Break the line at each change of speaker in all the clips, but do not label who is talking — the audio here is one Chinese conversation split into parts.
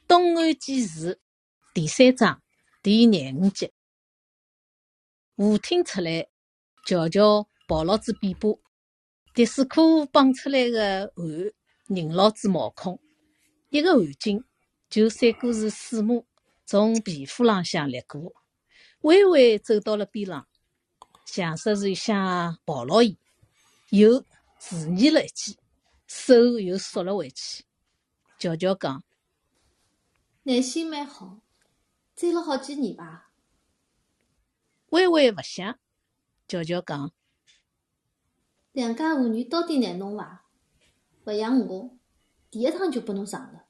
东安纪事第3章第25节。舞厅出来，乔乔抱牢子扁巴，迪斯科绑出来的汗拧牢子毛孔，一个汗巾就3个是水马从皮肤浪向掠过。微微走到了边浪，像说是想抱牢伊，又迟疑了一记，手又缩了回去。乔乔讲：“
耐心蛮好，追了好几年吧。”
微微勿想。乔乔讲：“
两家妇女到底难弄伐？勿像我，第一趟就拨侬上了。”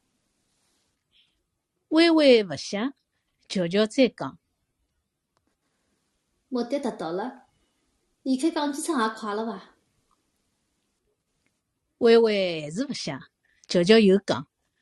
微微勿想。乔乔再讲：“
目的达到了，离开讲机场也快了伐？”
微微还是勿想。乔乔又讲：“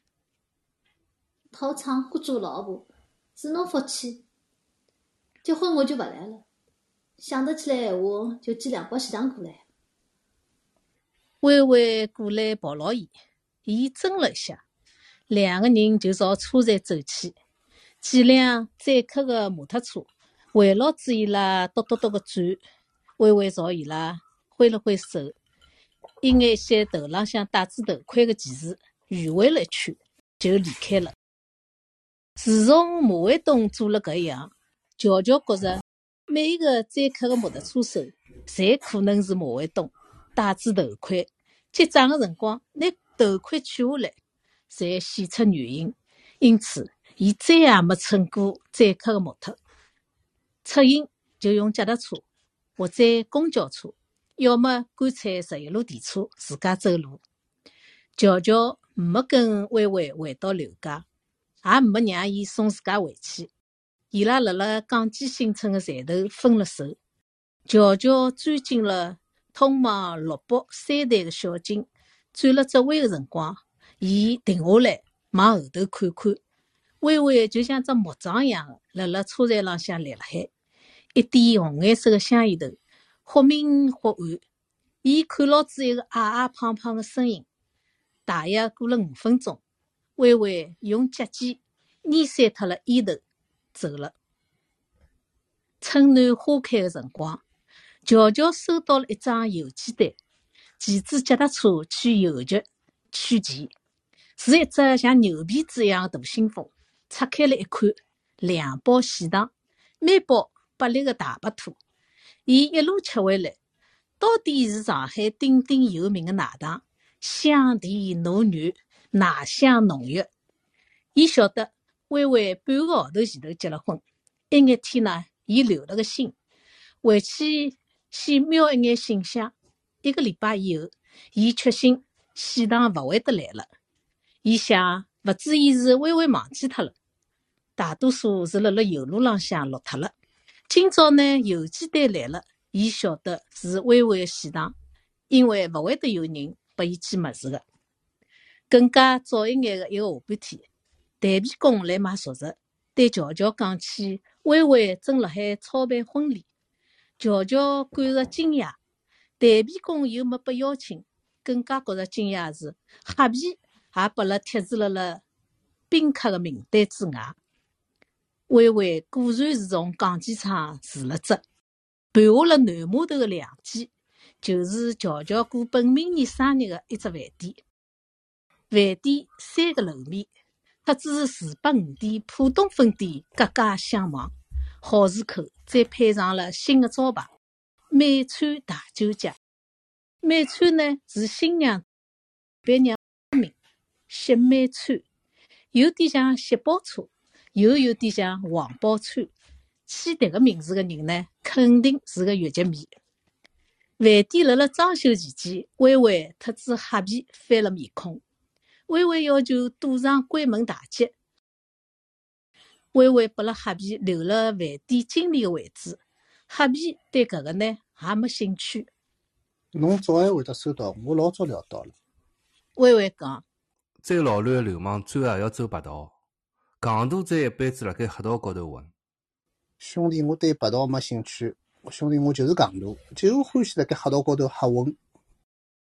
套厂我做老婆，是侬福气。结婚我就勿来了，想得起来闲话就寄2包喜糖过来。”
微微过来抱牢伊，伊怔了一下，两个人就朝车站走去。几辆载客的摩托车围绕着伊拉嘟嘟嘟的转。微微朝伊拉挥了挥手，一眼些头浪向戴着头盔的骑士迂回了一圈，就离开了。自从马卫东做了搿一行，乔乔觉着每一个载客的摩托车手侪可能是马卫东戴着头盔，结账的辰光拿头盔取下来，侪显出原形。因此伊再也没乘过载客的摩托，出行就用脚踏车或者公交车，要么干脆11路电车自家走路。乔乔没跟微微回到刘家，也没让伊送自家回去。伊拉辣辣港基新村的站头分了手。乔乔钻进了通往绿北山台的小径，转了只弯的辰光，伊停下来往后头看看。微微就像只木桩一样的辣辣车站浪向立了海，一点红颜色的香烟头忽明忽暗。伊看牢子一个矮矮胖胖的身影。大约过了5分钟，微微用脚尖捏散脱了烟头走了。春暖花开的辰光，乔乔收到了一张邮件单，骑着脚踏车去邮局取钱。是一只像牛皮纸一样的大信封，拆开了一看，2包喜糖，每包8粒的大白兔。伊一路吃回来，到底是上海鼎鼎有名的奶糖，香甜糯软，奶香浓郁。伊晓得微微半个号头前头结了婚，一眼天呢，伊留了个心，回去先瞄一眼信箱。1个礼拜以后，伊确信喜糖勿会得来了。伊想，勿知伊是微微忘记脱了，大多数是辣辣邮路浪向落脱了。今朝呢，邮件单来了，伊晓得是微微的喜糖，因为勿会得有人拨伊寄物事的。更加早一眼的一个下半天，蛋皮工来买熟食，对乔乔讲起微微正辣海操办婚礼。乔乔感着惊讶，蛋皮工又没拨邀请，更加觉着惊讶是黑皮也拨了贴住了宾客的名单之外。微微果然是从港机场辞了职，盘下了南码头的良机，就是乔乔过本命年生日的一只饭店。饭店3个楼面，特指是485店浦东分店格价相望。好市口再配上了新的招牌美川大酒家。美川呢是新娘伴娘名，谢美川，有点像谢宝车，又有点像王宝钏。起迭个名字的人呢，肯定是个越籍迷。饭店辣辣装修期间，微微特子黑皮翻了面孔。微微要求赌场关门大吉。微微拨了黑皮留了饭店经理的位置。黑皮对搿个呢也没兴趣。
侬早还会得收到，我老早料到了。
微微讲，
再老乱的流氓最后也要走白道，戆大仔一辈子辣盖黑道高头混。
兄弟，我对白道没兴趣，兄弟，我就是戆大，就欢喜辣盖黑道高头瞎混。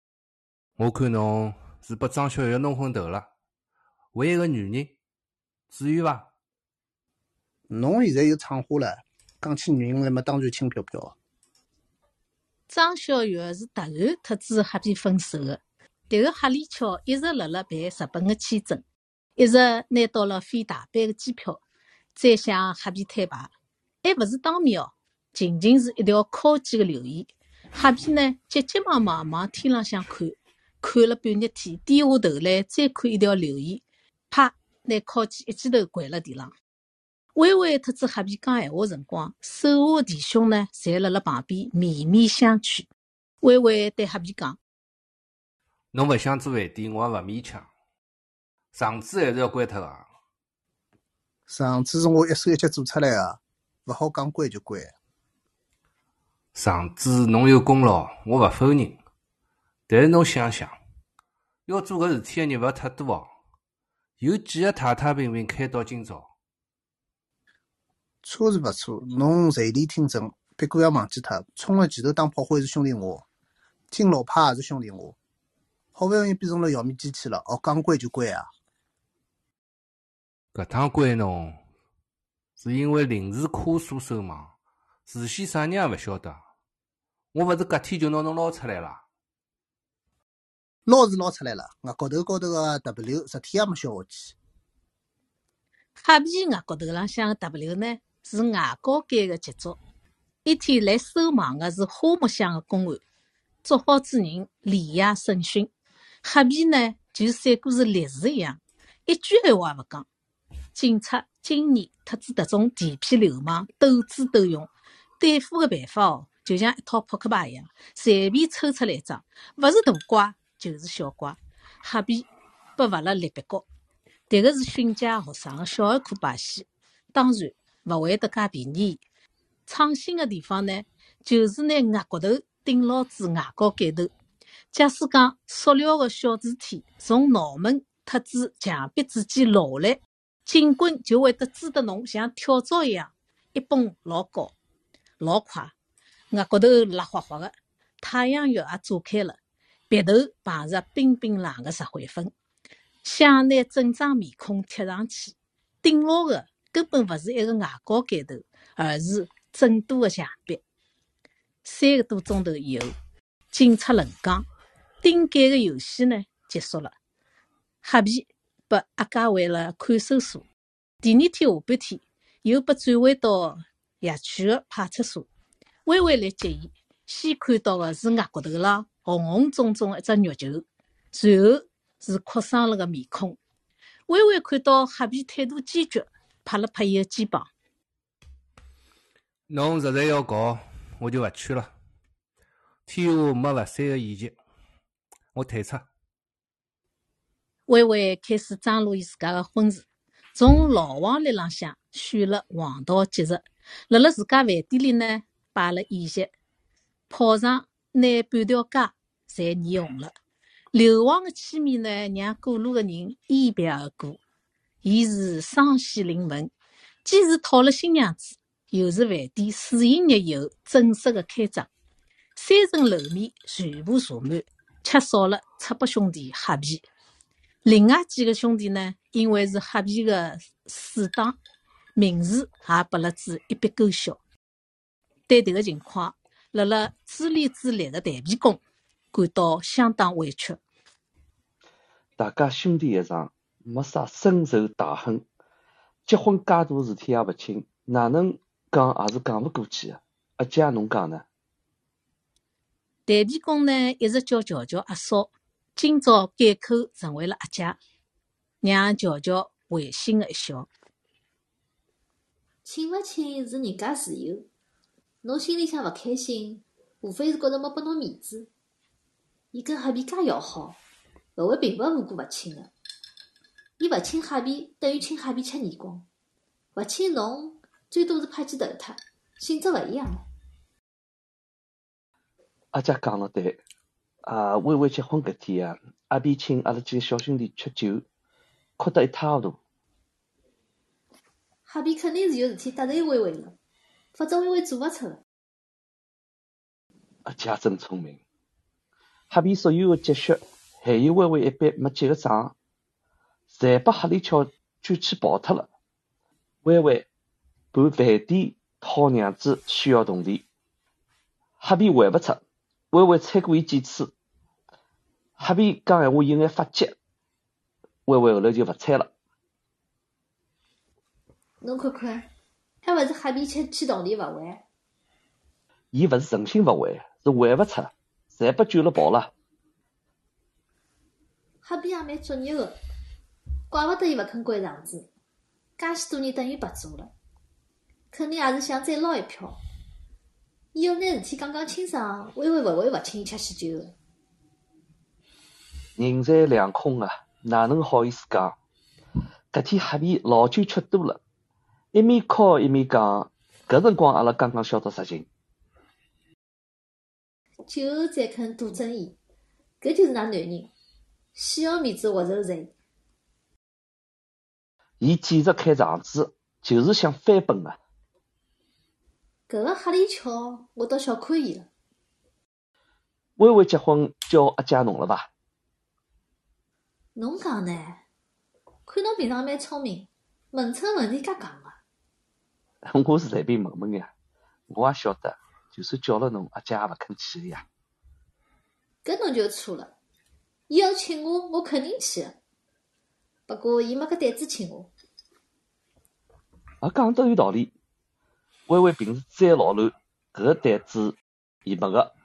我看侬是拨张小月弄昏头了，为一个女人至于伐？
侬现在又闯祸了，讲起女人来嘛，当然轻飘飘啊。
张小月是突然特子哈比分手的，迭个哈里巧一直辣辣办日本的签证，一直拿到了飞大阪的机票，再向哈比摊牌，还勿是当面哦，仅仅是一条敲击的留言。哈比呢，急急忙忙往天浪向看，看了半日天，低下头来再看一条留言，啪，拿敲击一记头掼了地浪。微微特子哈比讲闲话辰光，手下的弟兄呢，侪辣辣旁边面面相觑。微微对哈比讲：“
侬勿想做饭店，我也勿勉强。房子还是要关脱个。
上次是我一手一脚做出来的，勿好讲关就关。
房子侬有功劳，我勿否认。但是侬想想，要做搿事体的人勿要太多哦。有几个太太平平开到今朝？
错是勿错，侬随地听真，不过要忘记脱，冲了前头打炮灰是兄弟我，进老派也是兄弟我，好不容易变成了要面机器了，哦，讲关就关啊！
搿趟关侬是因为临时科数收忙，事先啥人也勿晓得。我勿是隔天就拿侬捞出来了。
捞是捞出来了，额高头个 W 10天也没消下去。
哈比额高头浪向的 W 呢，是外高间的杰作。一天来收忙的是花木乡的公安，做好主人连夜审讯。哈比呢，就三过是烈士一样，一句闲话也勿讲。警察、警员特子迭种地痞流氓斗智斗勇，对付的办法哦，就像一套扑克牌一样，随便抽出来一张，勿是大怪就是小怪。哈比被罚了立别高。迭个是训诫学生的小儿科把戏，当然勿会得介便宜。创新的地方呢，就是拿额骨头顶牢子外高盖头。假使讲塑料的小磁铁从脑门特子墙壁之间落下来，警棍就会得追得侬像跳蚤一样，一蹦老高老快，额骨头辣滑滑的，太阳穴也炸开了，鼻头碰着冰冰冷的石灰粉。想拿整张面孔贴上去，顶牢的根本勿是一个外高盖头，而是整堵的墙壁。3个多钟头以后，警察轮岗，顶盖的游戏呢结束了。哈皮被押解回了看守所。第二天下半天，又被转回到辖区的派出所。微微来接伊，先看到的是额骨头浪红红肿肿的一只肉球，随后是哭丧了个面孔。微微看到哈皮态度坚决，拍了拍伊的肩膀。
侬实在要搞，我就勿去了。天下没勿散的宴席，我退出。
微微开始张罗伊自家的婚事，从老黄历浪向选了黄道吉日，辣辣自家饭店里呢摆了宴席，炮场拿半条街侪染红了。硫磺的气味呢，让过路的人咽鼻而过。伊是双喜临门，既是讨了新娘子，又是饭店4营业以后正式的开张。3层楼面全部坐满，缺少了赤膊兄弟哈皮。另外几个兄弟呢，因为是哈皮的死党，名字也拨了子一笔勾销。对迭个情况，辣辣知理知力的台皮工感到相当委屈。
大家兄弟一场，没啥深仇大恨，结婚介大事体也勿轻，哪能讲也是讲勿过去的。阿姐侬讲呢？
台皮工呢一直叫乔乔阿嫂，今朝改口成为了阿姐，让乔乔会心的一笑。
请勿请是人家自由，侬心里向勿开心，无非是觉着没拨侬面子。伊跟哈皮介要好，勿会平白无故勿请的。伊勿请哈皮，等于请哈皮吃耳光；勿请侬，最多是派记头脱，性质勿一样了。
阿姐讲了对，微微结婚搿天啊，阿皮请阿拉几个小兄弟吃酒，哭得一塌糊涂。
哈皮肯定是有事体得罪微微了，否则微微做勿出的。
阿姐真聪明，哈皮所有的积蓄，还有微微一笔没结的账，侪拨哈里巧卷起跑脱了。微微盘饭店讨娘子需要铜钿，黑皮还勿出，微微催过伊几次，黑皮讲闲话有眼发急，微微后来就勿睬了。
侬看看，还勿是黑皮欠铜钿勿还？
伊勿是诚心勿还，是还勿出，侪被卷了跑了。
黑皮也蛮作孽个，怪勿得伊勿肯关场子，介许多年等于白做了，肯定也是想再捞一票。伊要拿事体讲讲清爽，微微勿会勿请伊吃喜酒个。
人财两空啊，哪能好意思讲？搿天黑皮老酒吃多了，一面敲一面讲，搿辰光阿拉刚刚晓得实情。
酒再肯多争伊，搿就是㑚男人，死要面子活受罪。
伊坚持开场子，就是想翻本啊！
搿个黑里巧，我倒小看伊了。
微微结婚叫阿姐侬了伐？
侬讲呢？看侬平常蛮聪明，问出问题介讲个。
我是随便问问呀，我也晓得，就算叫了侬，阿姐也勿肯去的呀。
搿侬就错了。伊要请我，我肯定去个。不过伊没搿胆子请我。
讲得有道理。微微平时再老卵，搿个胆子伊没个。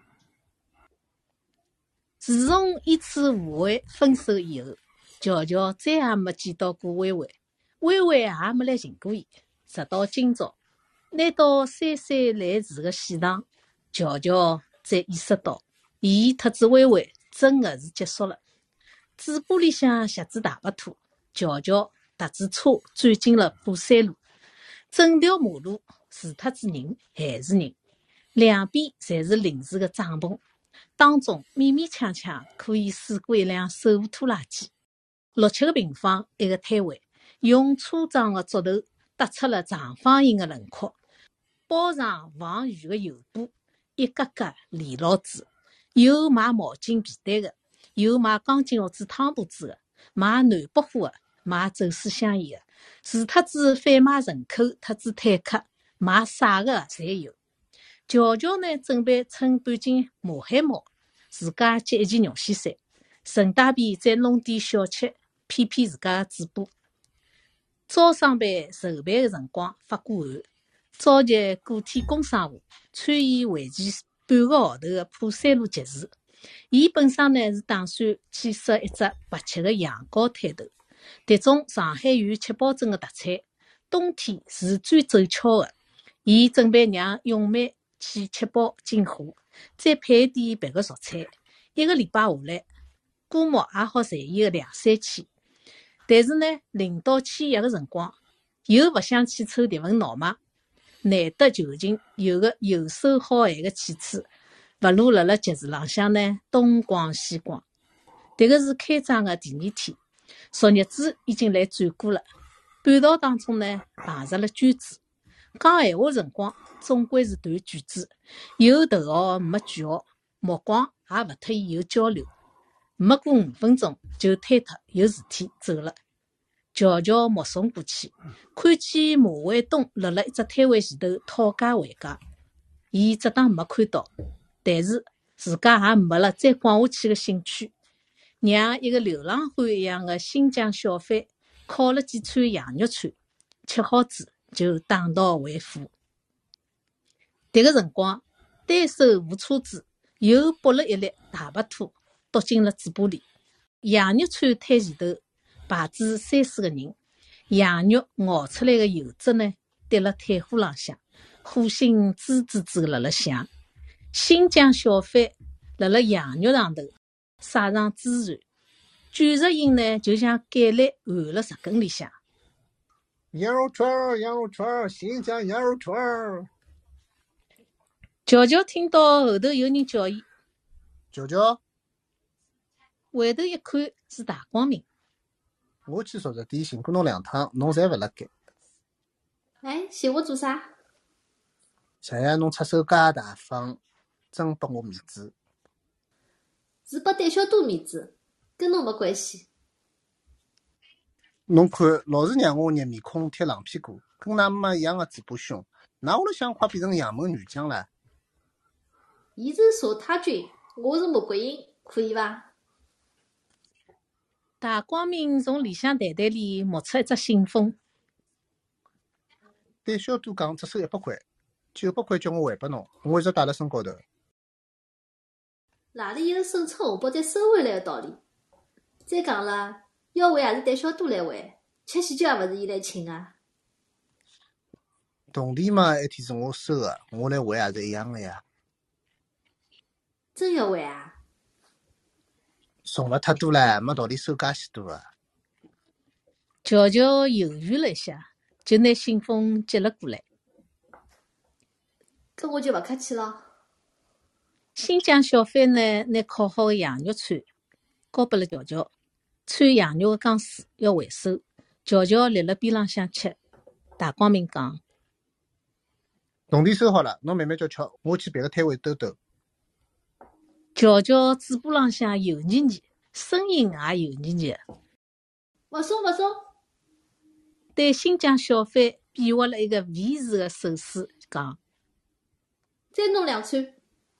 自从一次误会分手以后，乔乔再也没见到过微微，微微也没来寻过伊。直到今朝，拿到姗姗来迟的喜糖，乔乔才意识到，伊特子微微真的是结束了。嘴巴里向鞋子大不脱，乔乔踏着车转进了过山路。整条马路除脱子人还是人，两边侪是临时的帐篷，当中勉勉强强可以驶过一辆手扶拖拉机。6、7个平方一个摊位，用车窗的竹头搭出了长方形的轮廓，包上防雨的油布，一格格连牢子。有卖毛巾皮带的，有卖钢筋盒子汤布子的，卖南北货的，卖走私香烟的，除脱子贩卖人口特子坦克卖啥的侪有。乔乔呢，准备乘半斤马海猫，自家接一件绒线衫，顺带便再弄点小吃，骗骗自家的嘴巴。招生办筹备的辰光发过函，召集个体工商户参与为期半个号头的破山路集市。伊本身呢是打算去设一只白吃的羊羔摊头，迭种上海县七宝镇的特产，冬天是最走俏的。伊准备让咏梅去七宝进货，再配点别个熟菜，一个礼拜下来，估摸也好赚伊个2、3千。但是呢，临到签约的辰光，又勿想去抽迭份闹卖，难得求情，有个游手好闲的气质，勿如辣辣集市浪向呢东逛西逛。迭个是开张的第2天，昨日子已经来转过了。半道当中呢，碰着了娟子。讲闲话辰光，总归是谈句子，有头号没句号，目光也勿脱伊有交流。没过5分钟，就推脱有事体走了。乔乔目送过去，看见马卫东辣辣一只摊位前头讨价还价，伊只当没看到，但是自家也没了再逛下去的兴趣，让一个流浪汉一样的新疆小贩烤了几串羊肉串，吃好子就打道回府。迭个辰光，单手扶车子，又拨了一粒大白兔，丢进了嘴巴里。羊肉串摊前头排住3、4个人，羊肉熬出来的油脂呢，滴了炭火浪向，火星滋滋滋辣辣响。新疆小贩辣辣羊肉上头撒上孜然，卷舌音呢就像橄榄含了舌根里向。
羊肉串儿，羊肉串儿，新疆羊肉串儿。
乔乔听到后头有人叫伊，
乔乔，
回头一看是大光明。
我去熟食店寻过侬2趟，侬侪勿辣盖。
哎，寻我做啥？
谢谢侬出手介大方，真拨我面子。
是拨胆小多面子，跟侬没关系。
侬看，老是让我热面孔贴冷屁股，跟㑚妈一样的嘴巴凶，㑚屋里向快变成杨门女将了。
伊是佘太君，我是穆桂英，可以伐？
大光明从里向袋袋里摸出一只信封，
对小杜讲，只收100块，900块叫我还拨侬，我一直带辣身高头。
哪里有手出红包再收回来的道理？再讲了，要还也是对小杜来还，吃喜酒也勿是伊来请啊。
铜钿嘛，一天是我收的，我来还也是一样的呀。
真要还啊？
送了太多了，没道理收介许多的。
乔乔犹豫了一下，就拿信封接了过来。
搿我就勿客气了。
新疆小贩呢，拿烤好的羊肉串交拨了乔乔，串羊肉的钢丝要回收。乔乔立辣边浪向吃。大光明讲：
铜钿收好了，侬慢慢叫吃，我去别个摊位兜兜。
乔乔嘴巴浪向油腻腻，声音也油腻腻的，
勿送勿送。
对新疆小贩比划了一个 V 字的手势，讲：
再弄2串。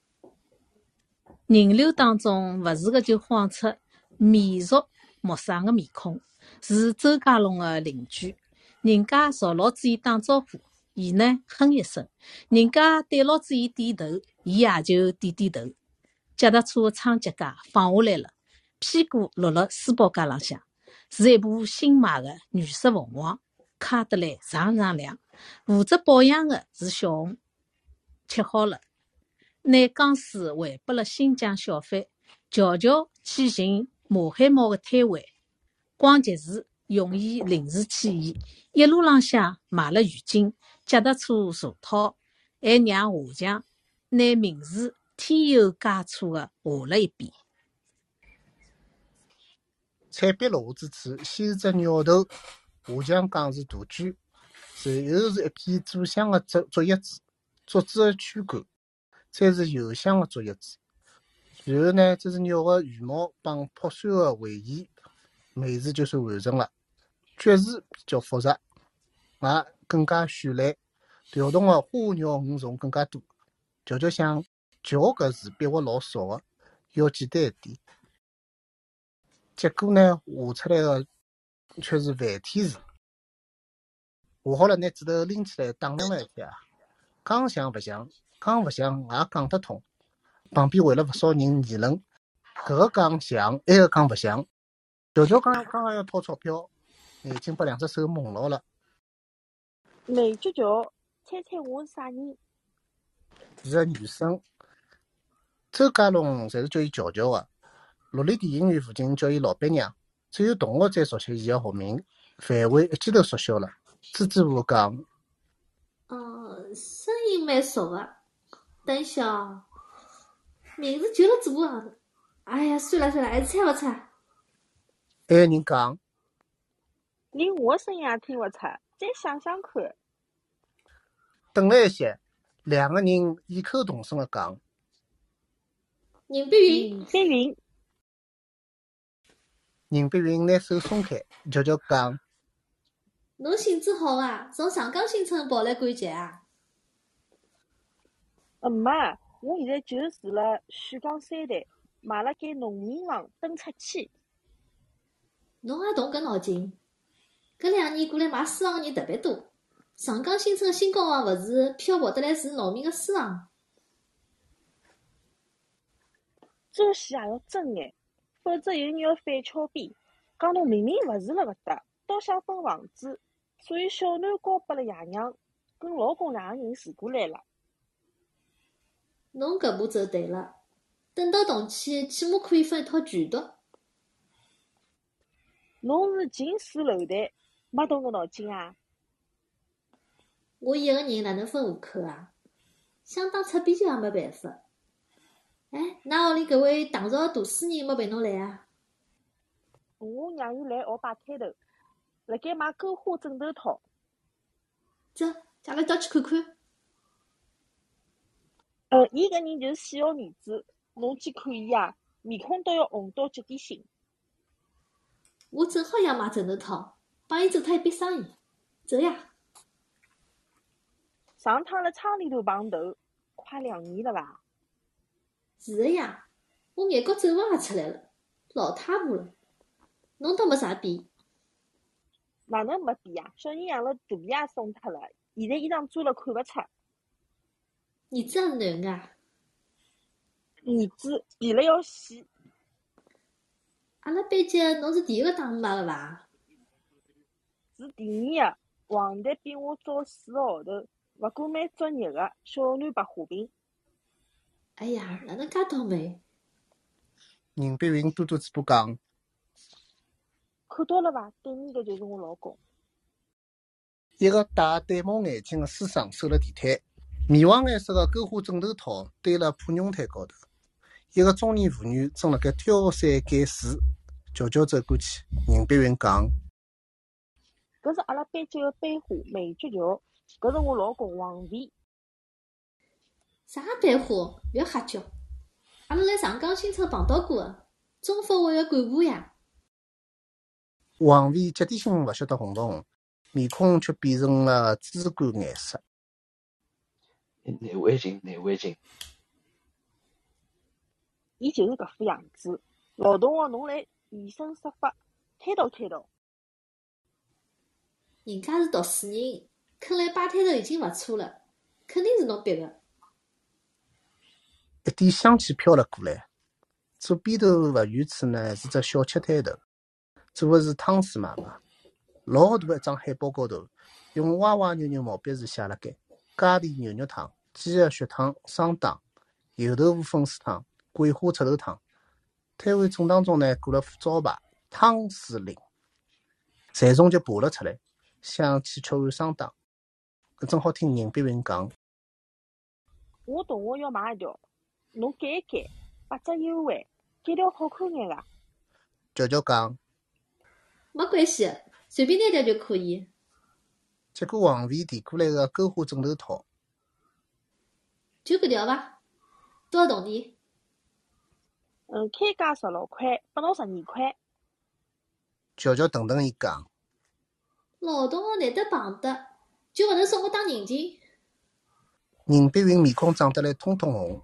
人流当中勿时个就晃出面熟陌生的面孔，是周家龙的邻居。人家朝牢子伊打招呼，伊呢哼一声；人家对牢子伊点头，伊也就点点头。脚踏车的窗脚架放下来了，屁股落了书包架浪向，是一部新买的女士凤凰，卡得来常常亮。负责保养的是小红，吃好了。拿钢丝还拨了新疆小贩，乔乔去寻马海猫的摊位，逛集市用伊临时起意，一路浪向买了浴巾、脚踏车茶套，还让华强拿名词添油加醋的画了一遍。
彩笔落下之处，先是只鸟头，华强讲是大卷，随后是一片左向的竹叶子，竹子的躯干，再是右向的竹叶子。然后呢，这是鸟的羽毛帮破碎的回忆，美字就算完成了。句式比较复杂，也更加绚烂，调动的花鸟鱼虫更加多。乔乔想，乔搿字笔画老少的，要简单一点。结果呢，画出来的却是繁体字。画好了，拿指头拎起来打量了一下，刚像勿像，刚勿像也讲得通。旁边围了勿少人议论，搿个讲像，埃个讲勿像。乔乔刚刚要掏钞票，眼睛被2只手蒙牢了。
美舅舅，猜猜我是啥人？
是个女生，周家龙侪是叫伊乔乔的。绿丽电影院附近叫伊老板娘，只有同学才熟悉伊的学名，范围一记头缩小了。支支吾吾讲：
声音蛮熟的。等一下哦，名字就辣嘴巴上头。哎呀，算了，还是猜勿出。
埃个人讲：
连我声音也听勿出，再想想看。
等了一歇，2个人异口同声的讲：
任碧云。
飞云。
任碧云拿手松开，乔乔讲：
侬兴致好啊，从上江新村跑来赶集啊？
妈，我现在就住辣许江山台，买了间农民银行等出去。
侬也动搿脑筋？搿2年过来买书房的人特别多。上江新村新高房勿是票跑得来住农民的书房？
做戏也要真眼，否则有人要反俏边，讲侬明明勿住辣搿搭，倒想分房子，所以小囡交拨了爷娘，跟老公2个人住过来了。
侬搿步走对了，等到同期起码可以分一套全读。
侬是近视楼台，没动过脑筋啊？
我一个人哪能分户口啊？想打擦边球也没办法。哎，㑚屋里搿位唐朝的大诗人没陪侬来啊？
我让伊来学摆摊头，辣盖买钩花枕头套。
走，阿拉一道去看看。
伊搿人就是细小儿子，侬去看伊啊，面孔都要红到极点星。
我正好要买枕头套， 帮伊做脱一笔生意。走呀！
上趟辣厂里头碰头，快2年了伐？
是的呀，我眼角皱纹也出来了，老太婆了。侬倒没啥变。
哪能没变呀？小人养了肚皮也松脱了，现在衣裳遮了看勿出。
儿子也是男个啊。
儿子变了要死。
阿拉班级侬是第一个打姆妈个伐？
是第二个，黄玳比我早4个号头，勿过蛮作孽个，小囡白化病。
哎呀，哪能介倒霉？
宁碧云嘟嘟嘴巴讲，
看到了伐？对面个就是我老公。
一个戴玳瑁眼镜的书生守了地摊，米黄颜色的钩花枕头套堆了破绒摊高头。一个中年妇女正辣盖挑三拣四，悄悄走过去。宁碧云讲，
搿是阿拉班级个班花梅菊桥，搿是我老公王维。
啥班花？勿要瞎叫。阿拉辣上港新村碰到过个，中法会个干部呀。
王维接地心勿晓得红勿红，面孔却变成了猪肝颜色。
难为情，难为情。
伊就是搿副样子，老同学侬来现身说法，推倒推倒。
人家是读书人，看来摆摊头已经勿错了，肯定是侬逼个。
一点香气飘了过来，左边头勿远处呢是只小吃摊头，做的是汤水买卖。老大一张海报高头，用歪歪扭扭毛笔字写了盖：咖喱牛肉汤、鸡鸭血汤、双档、油豆腐粉丝汤、桂花赤豆汤。摊位正当中呢挂了副招牌汤水林，随从就爬了出来，想去吃碗双档。搿正好听宁碧云讲，
我同学要买一条，侬改一改，8折优惠，改条好看眼个。
悄悄讲。
没关系，随便拿条就可以。
结果王维递过来个钩花枕头套，
就搿条伐？多少铜钿？
开价16块，拨侬12块。
悄悄瞪瞪伊讲，
老同学难得碰得，就勿能送我打人情？
宁碧云面孔涨得来通通红。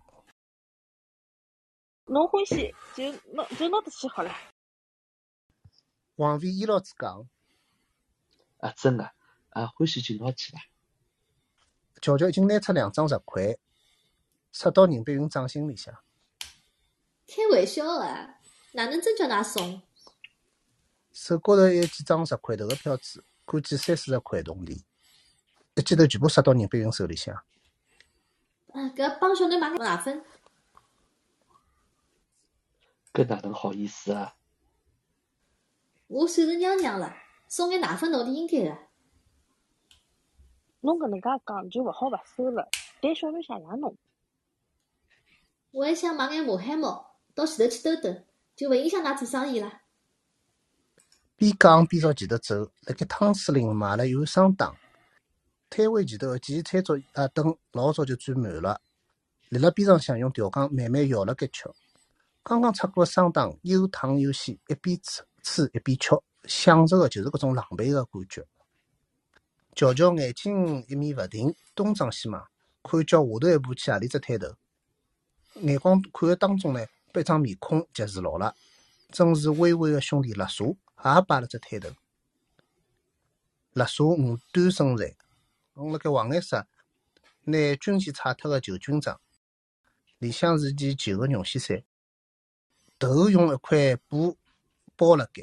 侬欢喜就拿得去好了。
王维依牢子讲，
啊，真的啊，欢喜就拿去吧。
悄悄已经拿出2张10块，塞到宁碧云掌心里向。
开玩笑个，哪能真叫㑚送？
手高头还有几张10块头的票子，估计30-40块铜钿，一记头全部塞到宁碧云手里向。
搿帮小囡买奶粉。
搿哪能好意思啊？
我算是娘娘了，送眼奶粉侬是应该个。
侬搿能介讲就勿好勿收了，带小囡谢谢侬。
我还想买眼马海毛，到前头去兜兜，就勿影响㑚做生意了。
边讲边朝前头走，辣盖汤水林买了一碗双档。摊位前头个简易餐桌凳老早就占满了，立辣边上向用调羹慢慢舀辣盖吃。刚刚出锅的双档又烫又鲜，一边吃一边吃，享受的就是搿种狼狈的感觉。乔乔眼睛一面勿停，东张西望，看叫下头一步去何里只摊头。眼光看的当中呢，被一张面孔截住牢了，正是微微的兄弟辣茶，也摆了只摊头。辣茶5端身材，用辣盖黄颜色拿军旗踩脱的旧军装，里向是件旧的绒线衫，头用一块布包辣盖，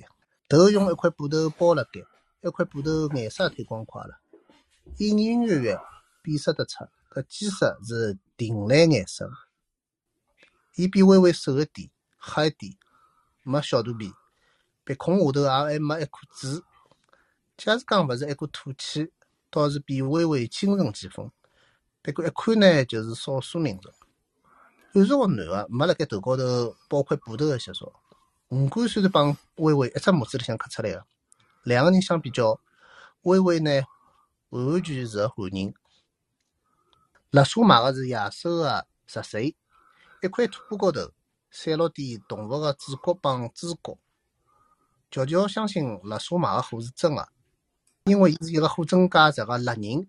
一块布头颜色太光快了，隐隐约约辨识得出搿基色是靛蓝颜色的。伊比微微瘦一点，黑一点，没小肚皮，鼻孔下头也还没一颗痣。假使讲勿是一股土气，倒是比微微精神几分。不过一看呢，就是少数民族。暗熟个男个没辣盖头高头包块布头个习俗。五官虽然帮微微一只模子里向刻出来个，两个人相比较，微微呢完全是个汉人。辣茶买个是野兽个石髓，一块土巴高头散落点动物个指骨帮猪角。乔乔相信辣茶买个货是真个， 因为伊是一个货真价实个辣人，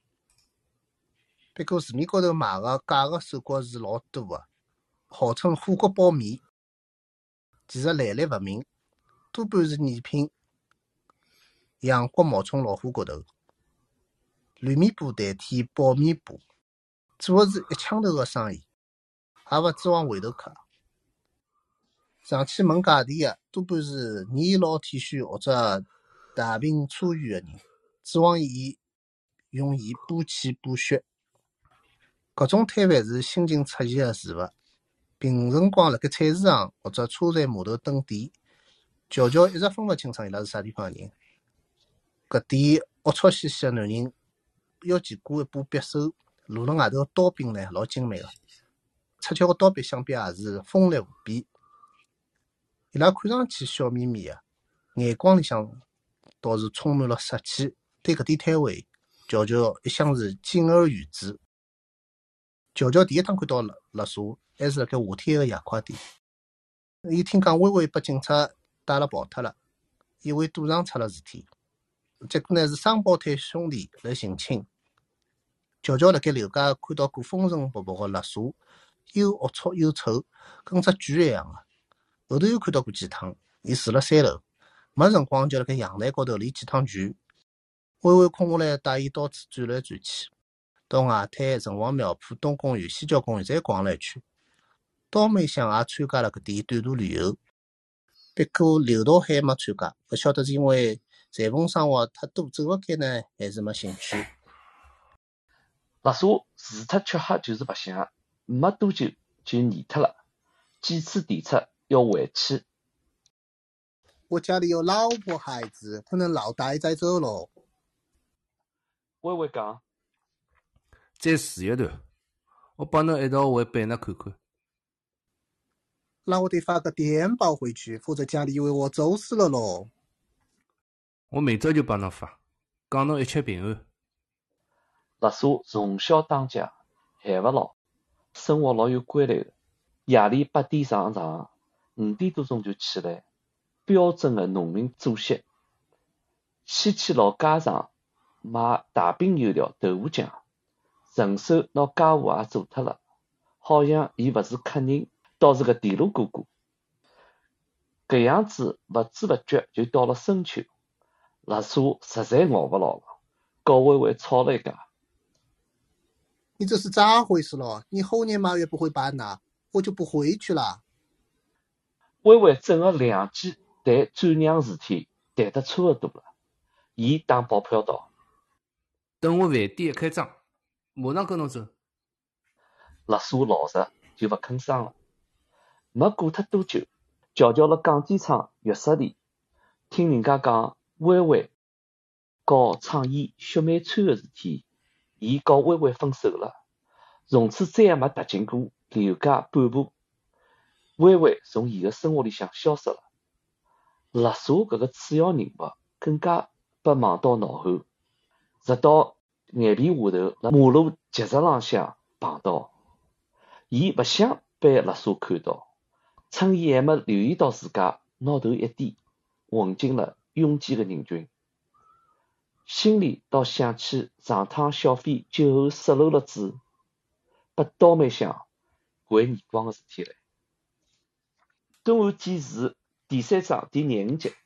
不过市面高头卖个假个手角是老多个，号称火锅包面，其实来历勿明，多半是贗品洋国冒充老虎骨头，乱面布代替爆面布，做个是一枪头个生意，也勿指望回头客。上去问价钿个多半是年老体虚或者大病初愈个人，指望用伊补气补血。各种摊贩是心情出奇个事物，平辰光辣盖菜市场或者车站码头等店，乔乔一直分勿清爽伊拉是啥地方个人。搿点龌龊兮兮个男人腰前挂一把匕首，露了外头个刀柄呢老精美个，出鞘个刀柄想必也是锋利无比。伊拉看上去笑眯眯个，眼光里向倒是充满了杀气。对搿点摊位，乔乔一向是敬而远之。乔乔第一趟看到辣沙，还是辣盖夏天个夜快点。伊听讲微微被警察带了跑脱了，以为赌场出了事体，结果呢是双胞胎兄弟来寻亲。乔乔辣盖楼下看到过风尘仆仆个辣沙，又龌龊又臭，跟只蛆一样个。后头又看到过几趟，伊住了3楼，没辰光就辣盖阳台高头练几趟拳。微微空下来带伊到处转来转去，到外滩、城隍庙、浦东公园、西郊公园侪逛了一圈。刀妹想也参加了搿点短途旅游，不过刘道海没参加，勿晓得是因为裁缝生活太多走勿开呢，还是没兴趣。
辣沙除脱吃喝就是白相，没多久就腻脱了，几次提出要回去。
我家里有老婆孩子，不能老带再走喽。
微微讲，
再试一段，我帮侬一道回贝纳看看。
那我得发个电报回去，否则家里以为我走失了喽。
我明朝就帮侬发，讲侬一切平安。
辣沙从小当家，闲勿牢，生活老有规律个。夜里8点上床，5点多钟就起来，标准个农民作息。先去老街场买大饼油条、豆腐浆，顺手拿家务也做脱了，好像伊勿是客人，倒是个电路哥哥。搿样子勿知勿觉就到了深秋，辣沙实在熬勿牢了，告微微吵了一架。
你这是咋回事咯？你猴年马月不会搬呐，我就不回去了。
微微正合2记谈转让事体谈得差勿多了，伊打保票道：
等我饭店一开张，马上跟侬走。
辣沙老实就勿吭声了。没过脱多久，乔乔辣钢机厂浴室里听人家讲微微告厂员薛美川个事体，伊告微微分手了，从此再也没踏进过刘家半步。微微从伊个生活里向消失了。辣沙搿个次要人物更加被忘到脑后，直到眼皮下头辣马路疾石浪向碰到，伊勿想被辣沙看到，趁伊还没留意到自家，拿头一低，混进了拥挤个人群，心里倒想起上趟小飞酒后失落了主，被刀妹想掼耳光个事体来。东汉纪事第3章第25节。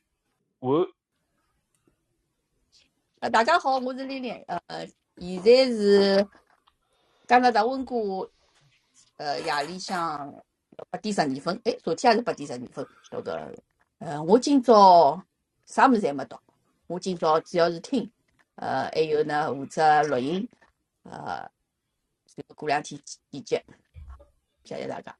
大家好，我是丽丽。现在是加拿大温哥夜里向8点12分。昨天也是8点12分。晓得。我今朝啥物事侪没到，我今朝主要是听，还有呢负责录音，过2天剪辑。谢谢大家。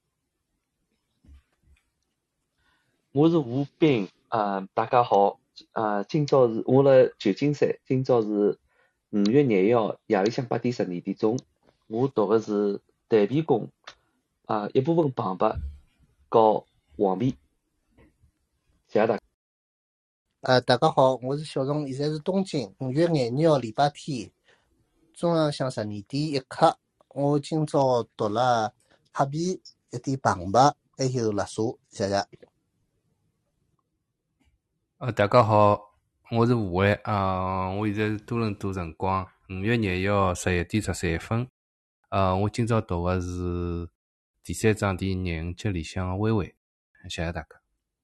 我是吴斌，大家好，今朝是我辣旧金山，今朝是5月21号夜里向8点12点钟，我读的是蛋皮工，一部分旁白和黄皮，谢谢大家。
大家好，我是小虫，现在是东京5月22号礼拜天，中浪向12点1刻。我今朝读了黑皮一点旁白，还有辣沙，谢谢。
大家好， 我是吴伟我现在是多伦多辰光5月2号11:13。我今朝读的是第3章第廿5节里向的微微，谢谢大家。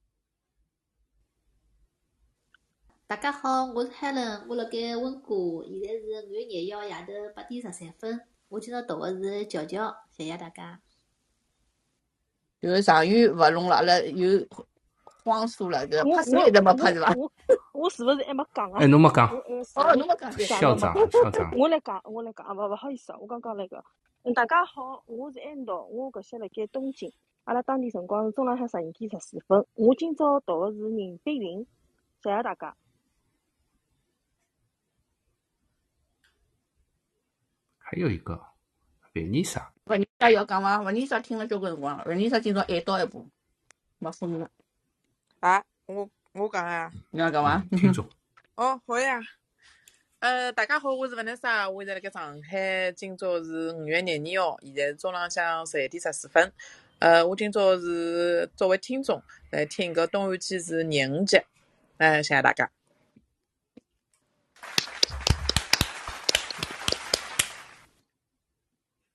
大家好，我是 Helen，我辣盖温哥，现在是5月2号夜头8:13。我今朝读的是乔乔，谢谢大家。
就是上元勿弄了，阿拉有荒疏了，搿
我
拍手一直没拍是伐？
我是勿是还没讲啊？
哎，侬没讲，
哦，侬没讲对。
校长，
我来讲，勿好意思，我刚刚那个。大家好，我是安道，我搿些辣盖东京，阿拉当地辰光是中浪向12:14。我今朝读的是人碧云，谢谢大家。
还有一个维尼莎，
勿尼莎要讲伐？勿尼莎听了交关辰光了，勿尼莎今朝晚到一步，没封了。
啊，我讲啊。
你要讲伐？
听众。
哦，好呀。大家好，我是 Vanessa， 我现在辣盖上海，今朝是5月22号，现在是中浪向11:14。我今朝是作为听众来听搿东安纪事廿5集，谢谢大家。